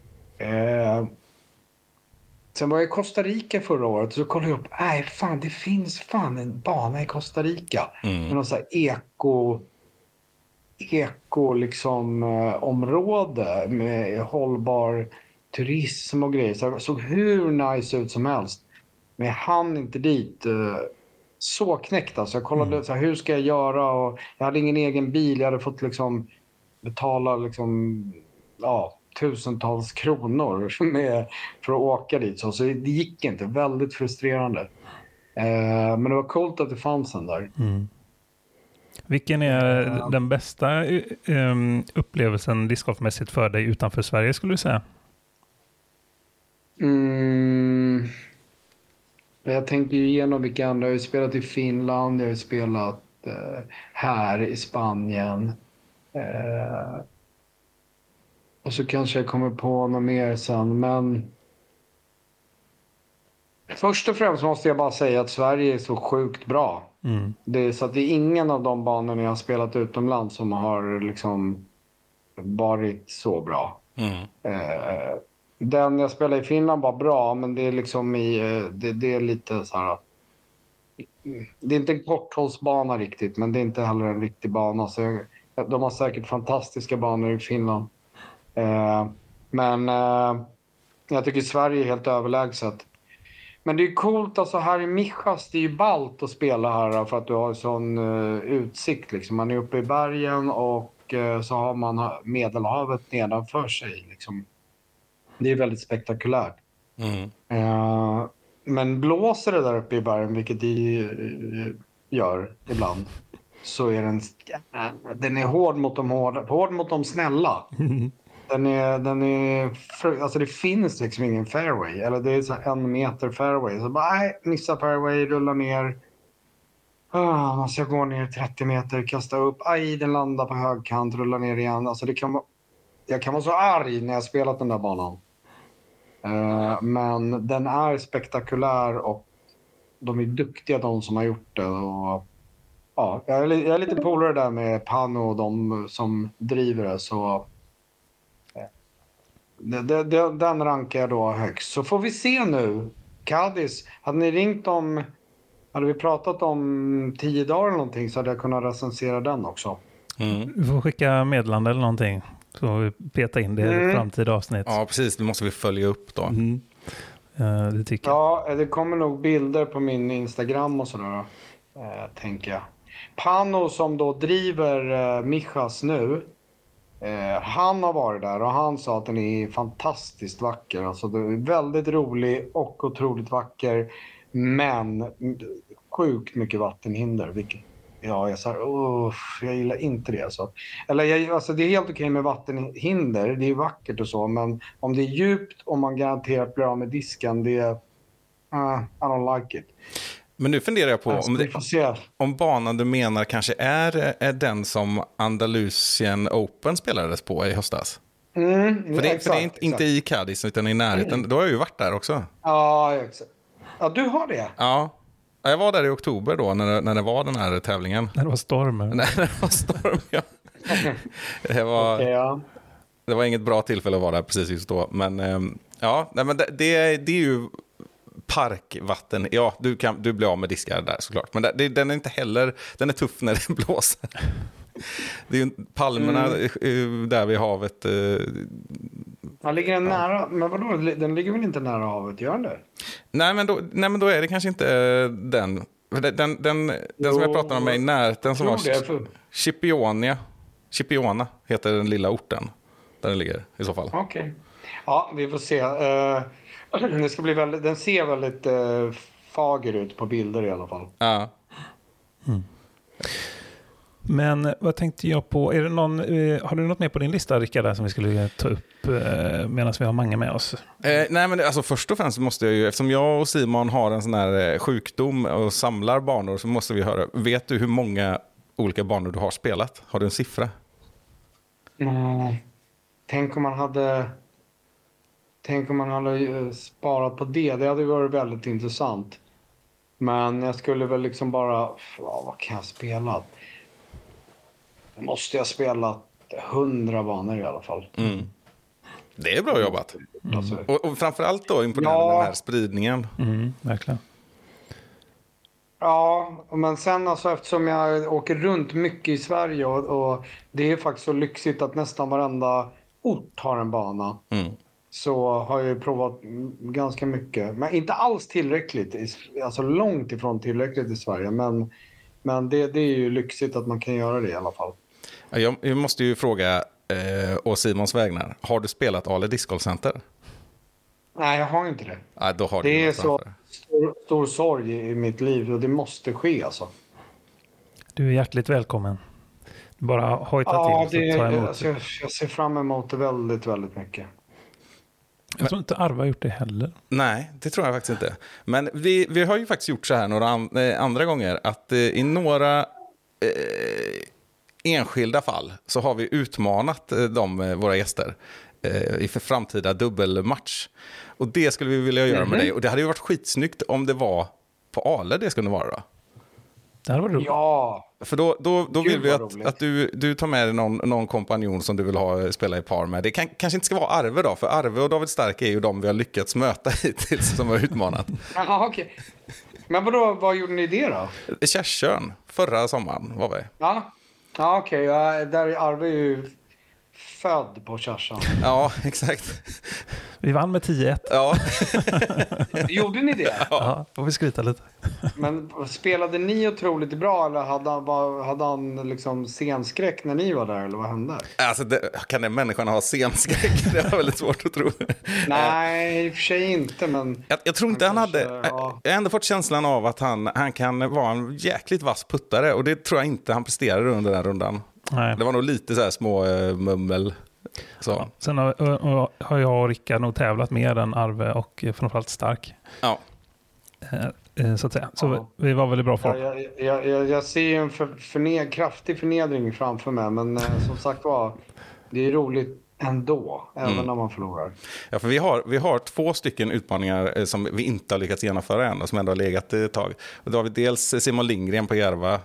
Sen var jag i Costa Rica förra året, så kollade jag upp, det finns fan en bana i Costa Rica. Med någon sån här eko liksom område med hållbar turism och grejer. Så det såg hur nice ut som helst. Men jag hann inte dit. Så knäckt alltså. Jag kollade så här, hur ska jag göra? Och jag hade ingen egen bil. Jag hade fått liksom betala liksom, tusentals kronor för att åka dit. Så det gick inte. Väldigt frustrerande. Men det var coolt att det fanns den där. Vilken är den bästa upplevelsen discgolfmässigt för dig utanför Sverige, skulle du säga? Jag tänker ju igenom vilka andra. Jag har spelat i Finland, jag har spelat här i Spanien. Och så kanske jag kommer på något mer sen. Men först och främst måste jag bara säga att Sverige är så sjukt bra. Det är så att det är ingen av de banorna jag har spelat utomlands som har liksom varit så bra. Den jag spelade i Finland var bra, men det är liksom det är lite så här. Det är inte en korthållsbana riktigt, men det är inte heller en riktig bana. Så de har säkert fantastiska banor i Finland. Men jag tycker Sverige är helt överlägset. Men det är coolt, alltså här i Mijas, det är ju ballt att spela här för att du har sån utsikt liksom. Man är uppe i bergen och så har man Medelhavet nedanför sig liksom. Det är väldigt spektakulärt. Men blåser det där uppe i bergen, vilket det gör ibland, så är den är hård mot de snälla. Den är alltså det finns liksom ingen fairway, eller det är så 1 meter fairway, så bara missa fairway, rulla ner, man ska gå ner 30 meter, kasta upp, den landar på högkant, rulla ner igen. Alltså jag kan vara så arg när jag spelat den där banan. Men den är spektakulär och de är duktiga, de som har gjort det. Och, jag är lite polare där med Pano och de som driver det, så den rankar jag då högst. Så får vi se nu. Cadiz, hade ni ringt hade vi pratat om 10 dagar eller någonting, så hade jag kunnat recensera den också. Du får skicka meddelande eller någonting, så vi peta in det i framtida avsnitt. Ja, precis. Det måste vi följa upp då. Det tycker jag. Ja, det kommer nog bilder på min Instagram och sådär, tänker jag. Pano som då driver Mijas nu, han har varit där och han sa att den är fantastiskt vacker. Alltså det är väldigt rolig och otroligt vacker, men sjukt mycket vattenhinder, vilket jag gillar inte det alltså. Alltså det är helt okej med vattenhinder, det är vackert och så, men om det är djupt och man garanterat blir av med disken, det är I don't like it. Men nu funderar jag på om banan du menar kanske är den som Andalusien Open spelades på i höstas. För det är inte i Cadiz utan i närheten. Då har jag ju varit där också. Ja, exakt. Ja, du har det? Ja. Jag var där i oktober då när det var den här tävlingen. När det var storm. När det var storm, ja. Det var inget bra tillfälle att vara där precis just då. Men men det är ju parkvatten. Ja, du blir av med diskar där såklart. Men den är inte heller, den är tuff när det blåser. Det är ju palmerna där vid havet. Ligger den nära? Men vadå? Den ligger väl inte nära havet, gör den det? Nej, men då är det kanske inte den. Den som jag pratade om är den som var Chipiona heter den lilla orten där den ligger i så fall. Okej. Ja, vi får se. Det ska bli den ser väldigt fager ut på bilder i alla fall. Ja. Men vad tänkte jag på? Är det har du något mer på din lista, Rickard, som vi skulle ta upp medan vi har många med oss? Nej, men alltså först och främst måste jag ju, eftersom jag och Simon har en sån här sjukdom och samlar banor, så måste vi höra. Vet du hur många olika banor du har spelat? Har du en siffra? Tänk om man hade sparat på det. Det hade varit väldigt intressant. Men jag skulle väl liksom bara... vad kan jag spela? Då måste jag spela 100 banor i alla fall. Mm. Det är bra jobbat. Alltså. Och framförallt då imponerande den här spridningen. Verkligen. Ja, men sen alltså eftersom jag åker runt mycket i Sverige och det är faktiskt så lyxigt att nästan varenda ort har en bana. Så har jag ju provat ganska mycket. Men inte alls tillräckligt. Alltså långt ifrån tillräckligt i Sverige. Men det är ju lyxigt att man kan göra det i alla fall. Jag måste ju fråga å Simons vägnar. Har du spelat Ale Discgolfcenter? Nej, jag har inte det. Nej, då har Det du är så stor sorg i mitt liv och det måste ske alltså. Du är hjärtligt välkommen. Bara hojta till så tar jag emot. Alltså, jag ser fram emot det väldigt, väldigt mycket. Jag tror inte Arva har gjort det heller. Nej, det tror jag faktiskt inte. Men vi har ju faktiskt gjort så här några andra gånger. Att i några enskilda fall så har vi utmanat våra gäster i framtida dubbelmatch. Och det skulle vi vilja göra med dig. Och det hade ju varit skitsnyggt om det var på Ale det skulle vara då. Det hade varit roligt. Ja. För då vill vi att du tar med dig någon kompanjon som du vill spela i par med. Det kanske inte ska vara Arve då, för Arve och David Stark är ju de vi har lyckats möta hittills som har utmanat. Jaha, okej. Men vad gjorde ni det då? Kärsön, förra sommaren var vi. Ja, okej. Där är Arve ju född på Kärsön. Ja, exakt. Vi vann med 10-1. Ja. Gjorde ni det? Ja, får vi skryta lite. Men spelade ni otroligt bra eller hade han liksom scenskräck när ni var där eller vad hände? Alltså, kan den människan ha scenskräck? Det var väldigt svårt att tro. Nej, i och för sig inte, men... Jag tror inte han hade... Ja. Jag har ändå fått känslan av att han kan vara en jäkligt vass puttare och det tror jag inte han presterade under den rundan. Nej. Det var nog lite så här små mummel. Så. Ja, sen har jag och Rickard nog tävlat mer än Arve och framförallt Stark. Ja. Så att säga. Så vi var väl i bra form. Jag ser ju en kraftig förnedring framför mig, men som sagt var, det är roligt ändå, även när man förlorar. Ja, för vi har 2 stycken utmaningar som vi inte har lyckats genomföra än och som ändå har legat ett tag. Och då har vi dels Simon Lindgren på Järva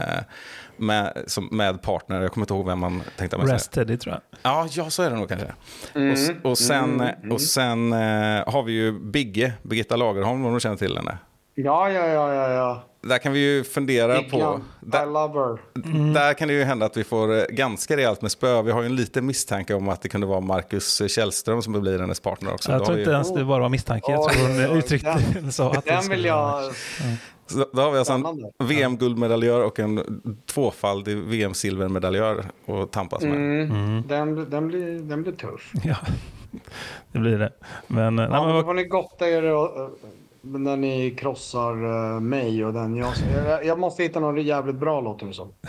med partner. Jag kommer inte ihåg vem man tänkte med sig. Rest Teddy tror jag. Ja, så är det nog kanske. Och sen har vi ju Birgitta Lagerholm, om du känner till henne. Ja. Där kan vi ju fundera på... I love her. Där kan det ju hända att vi får ganska rejält med spö. Vi har ju en liten misstanke om att det kunde vara Marcus Källström som blir hennes partner också. Jag tror inte ens det bara var misstanke. Jag tror hon uttryckte så att den vill jag... Då har vi alltså en VM-guldmedaljör och en 2-faldig VM-silvermedaljör att tampas med. Den blir tuff. Ja, det blir det. Men, då får ni gotta er när ni krossar mig och den jag måste hitta någon jävligt bra, låter det som.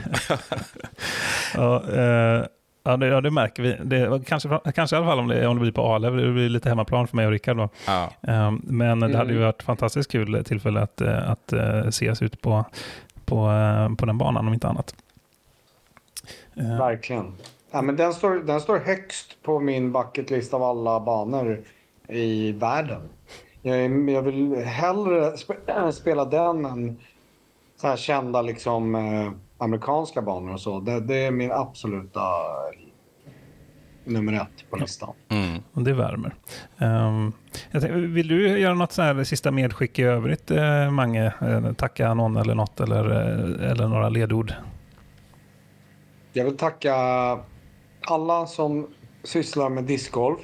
Ja, det märker vi. Det, kanske i alla fall om det blir på Ale. Det blir lite hemmaplan för mig och Rickard då. Ja. Men det hade ju varit fantastiskt kul tillfälle att ses ut på den banan om inte annat. Verkligen. Ja, men den står högst på min bucketlist av alla banor i världen. Jag vill hellre spela den än så här kända liksom amerikanska banor och så. Det är min absoluta nummer 1 på listan. Och det värmer. Vill du göra något så här sista medskick i övrigt, Mange? Tacka någon eller något eller några ledord? Jag vill tacka alla som sysslar med discgolf.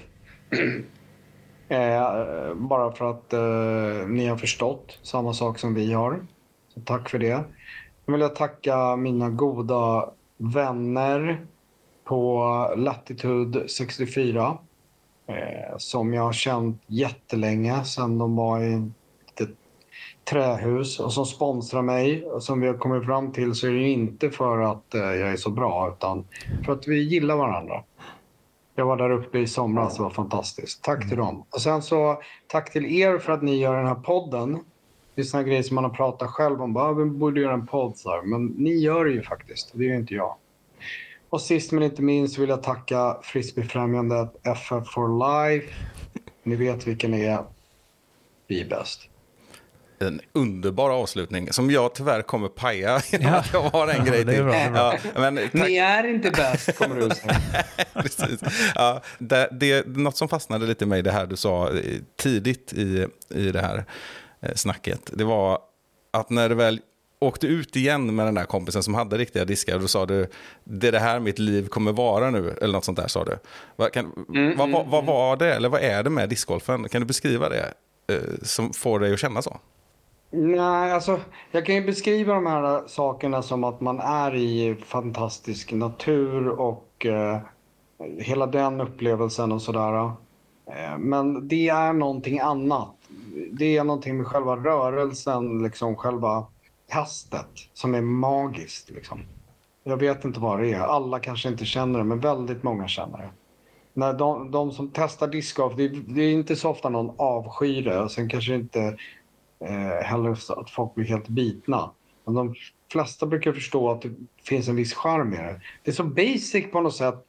Bara för att ni har förstått samma sak som vi har. Så tack för det. Jag vill tacka mina goda vänner på Latitude 64. som jag har känt jättelänge sedan de var i ett trähus och som sponsrar mig. Och som vi har kommit fram till så är det inte för att jag är så bra utan för att vi gillar varandra. Jag var där uppe i somras, det var fantastiskt. Tack till dem. Och sen så tack till er för att ni gör den här podden. Det är såna grejer som man har pratat själv om. Bara, vi borde göra en podd så här. Men ni gör det ju faktiskt. Det är ju inte jag. Och sist men inte minst vill jag tacka Frisbeefrämjandet FF for Life. Ni vet vilken är. Vi är bäst. En underbar avslutning som jag tyvärr kommer paja genom att jag har en grej till. Ja, men, ni är inte bäst, kommer du säga. Precis. Ja, det något som fastnade lite i mig, det här du sa tidigt i det här snacket. Det var att när du väl åkte ut igen med den där kompisen som hade riktiga diskar, då sa du, det är det här mitt liv kommer vara nu, eller något sånt där sa du. Vad var det, eller vad är det med discgolfen? Kan du beskriva det som får dig att känna så? Nej, alltså jag kan ju beskriva de här sakerna som att man är i fantastisk natur och hela den upplevelsen och sådär. Men det är någonting annat. Det är någonting med själva rörelsen, liksom själva kastet som är magiskt. Liksom. Jag vet inte vad det är. Alla kanske inte känner det, men väldigt många känner det. När de som testar discgolf, det är inte så ofta någon avskyr det. Och sen kanske inte heller så att folk blir helt bitna. Men de flesta brukar förstå att det finns en viss charm i det. Det är så basic på något sätt.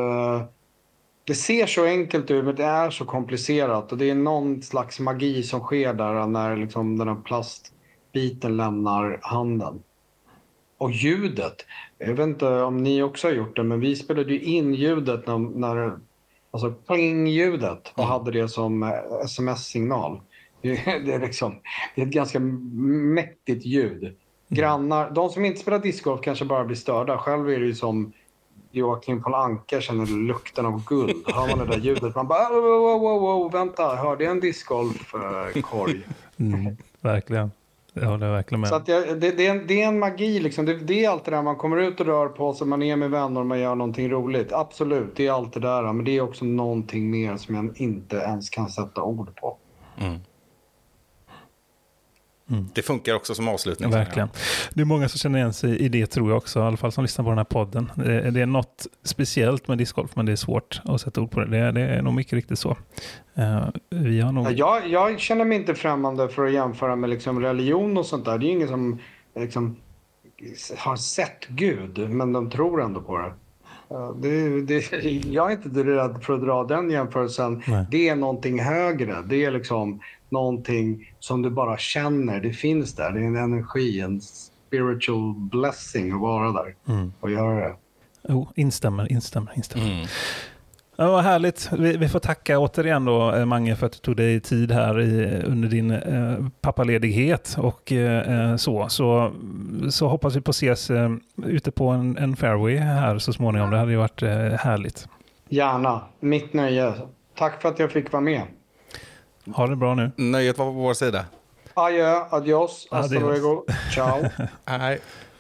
Det ser så enkelt ut, men det är så komplicerat. Och det är någon slags magi som sker där när liksom den här plastbiten lämnar handen. Och ljudet. Jag vet inte om ni också har gjort det, men vi spelade ju in ljudet när alltså pling-ljudet och hade det som sms-signal. Det är ett ganska mäktigt ljud. Grannar, de som inte spelar discgolf kanske bara blir störda. Själv är det ju som Joakim von Anka känner lukten av guld. Hör man det där ljudet, man bara wow, vänta, hörde jag en discgolf-korg? Verkligen. Ja, det är verkligen med. Så att det är en magi liksom. Det är allt det där man kommer ut och rör på sig, man är med vänner och man gör någonting roligt. Absolut, det är allt det där. Men det är också någonting mer som jag inte ens kan sätta ord på. Det funkar också som avslutning. Verkligen. Det är många som känner igen sig i det, tror jag också. I alla fall som lyssnar på den här podden. Det är något speciellt med discgolf, men det är svårt att sätta ord på det. Det är nog mycket riktigt så. Vi har nog... Jag känner mig inte främmande för att jämföra med liksom religion och sånt där. Det är ingen som liksom har sett Gud, men de tror ändå på det. Jag är inte rädd för att dra den jämförelsen. Nej. Det är någonting högre. Det är liksom någonting som du bara känner. Det finns där. Det är en energi, en spiritual blessing att vara där och göra det. Instämmer. Ja, vad härligt. Vi får tacka återigen då, Mange, för att du tog dig tid här under din pappaledighet och så hoppas vi på ses ute på en fairway här så småningom. Det hade ju varit härligt. Gärna. Mitt nöje. Tack för att jag fick vara med. Ha det bra nu. Nöjet var på vår sida. Adjö, adios, hasta luego, ciao. Hej.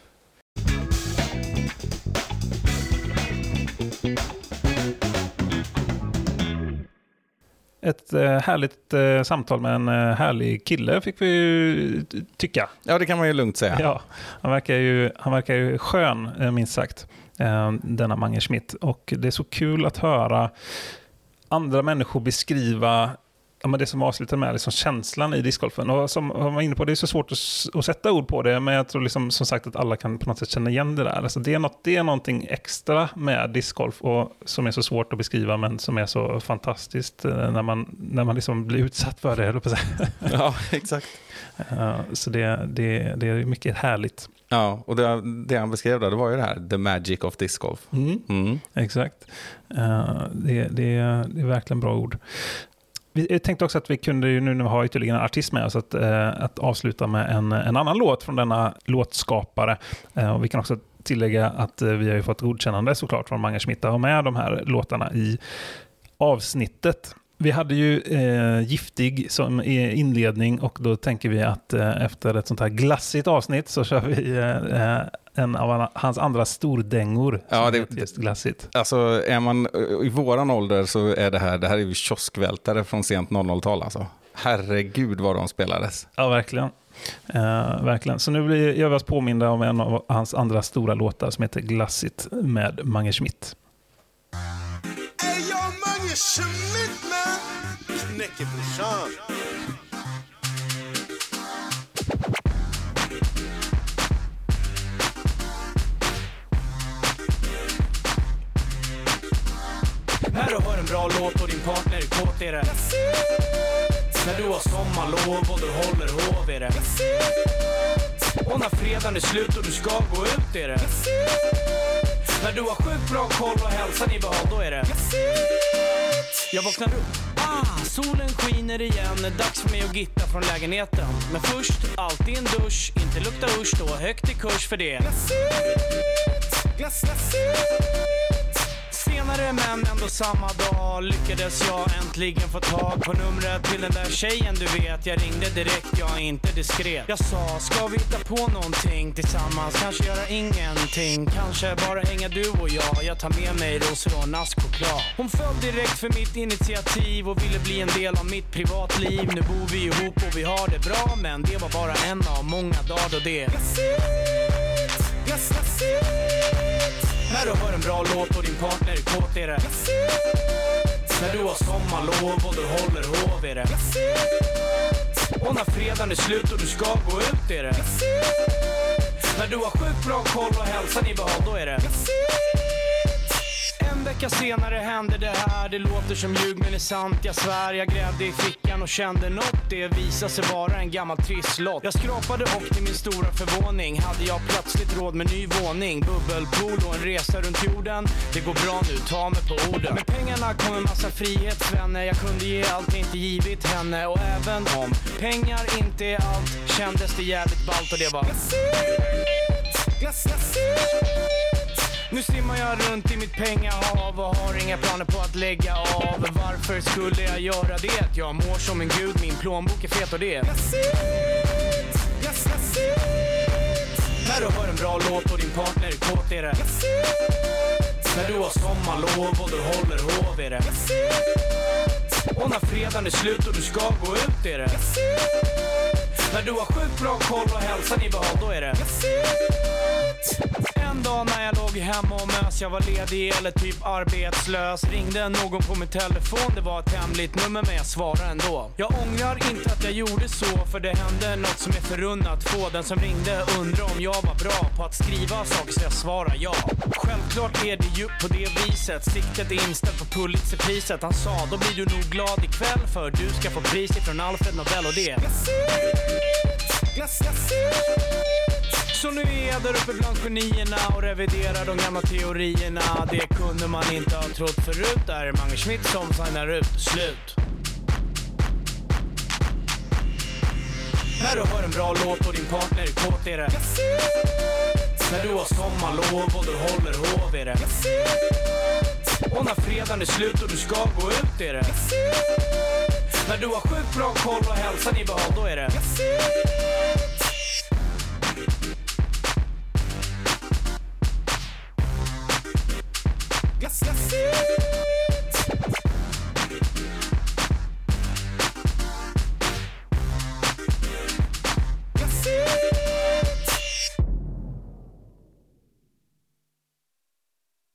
Ett härligt samtal med en härlig kille fick vi tycka. Ja, det kan man ju lugnt säga. Ja, han verkar ju skön, minst sagt, denna Mange Schmidt. Och det är så kul att höra andra människor beskriva det som avslutar med liksom känslan i discgolfen. Och som jag var inne på, det är så svårt att sätta ord på det, men jag tror liksom, som sagt att alla kan på något sätt känna igen det där. Alltså det är någonting extra med discgolf och som är så svårt att beskriva, men som är så fantastiskt när man liksom blir utsatt för det. Ja, exakt. Så det är mycket härligt. Ja, och det han beskrev där, det var ju det här, the magic of discgolf. Exakt. Det är verkligen bra ord. Vi tänkte också att vi kunde ju nu ha ytterligare en artist med oss att avsluta med en annan låt från denna låtskapare. Och vi kan också tillägga att vi har ju fått godkännande såklart från Mange Schmidt att ha med de här låtarna i avsnittet. Vi hade ju Giftig som inledning och då tänker vi att efter ett sånt här glassigt avsnitt så kör vi en av hans andra stordängor. Ja, det är just glassigt. Alltså är man i våran ålder så är det här är ju kioskvältare från sent 00-tal alltså. Herregud vad de spelades. Ja, verkligen. Verkligen. Så nu gör vi oss påminda om en av hans andra stora låtar som heter Glassigt med Mange Schmidt. Hey, yo, Mange Schmidt, man. Knäcker brorsan. När du hör en bra låt och din partner är kåt är det. När du har sommarlov och du håller hov är det. Och när fredagen är slut och du ska gå ut är det. När du har sjukt bra koll och hälsan i behåll, då är det. Jag vaknar upp. Solen skiner igen. Dags för mig att gitta från lägenheten. Men först, alltid en dusch. Inte lukta usch då. Högt i kurs för det. Senare men ändå samma dag lyckades jag äntligen få tag på numret till den där tjejen du vet. Jag ringde direkt, jag är inte diskret. Jag sa, ska vi hitta på någonting tillsammans? Kanske göra ingenting, kanske bara hänga du och jag tar med mig rosor och naskchoklad. Hon föll direkt för mitt initiativ och ville bli en del av mitt privatliv. Nu bor vi ihop och vi har det bra, men det var bara en av många dagar då det. När du hör en bra låt och din partner är kåt är det. När du har sommarlov och du håller hov är det. Och när fredagen är slut och du ska gå ut är det. När du har sjukt bra koll och hälsan i behåll, då är det. En vecka senare hände det här. Det låter som ljug men är sant, jag svär. Jag grävde i fickan och kände något. Det visade sig vara en gammal trisslott. Jag skrapade och till min stora förvåning hade jag plötsligt råd med ny våning, bubbelpool och en resa runt jorden. Det går bra nu, ta mig på orden. Med pengarna kom en massa frihetsvänner. Jag kunde ge allt inte givit henne. Och även om pengar inte är allt kändes det jävligt ballt och det var nu simmar jag runt i mitt pengahav och har inga planer på att lägga av. Varför skulle jag göra det? Jag mår som en gud, min plånbok är fet och det. När du hör en bra låt och din partner är kåt är det. När du har sommarlov och du håller hov är det. Och när fredagen är slut och du ska gå ut är det. När du har sjukt bra koll och hälsan i behåll, då är det. En dag när jag låg hemma och mös, jag var ledig eller typ arbetslös, ringde någon på min telefon. Det var ett hemligt nummer men jag svarade ändå. Jag ångrar inte att jag gjorde så, för det hände något som är förunnat få. Den som ringde undrar om jag var bra på att skriva saker, så jag svarar ja. Självklart är det ju på det viset. Siktet är inställt på Pulitzerpriset. Han sa, då blir du nog glad ikväll, för du ska få pris ifrån Alfred Nobel och det. Så nu är jag där uppe bland genierna och reviderar de gamla teorierna. Det kunde man inte ha trott förut. Där är Mange Schmidt som signar ut. Slut. När du hör en bra låt och din partner är kåt är det. När du har sommarlov och du håller hov är det. Och när fredagen är slut och du ska gå ut är det. När du har sjukt bra koll och hälsan i behåll, då är det.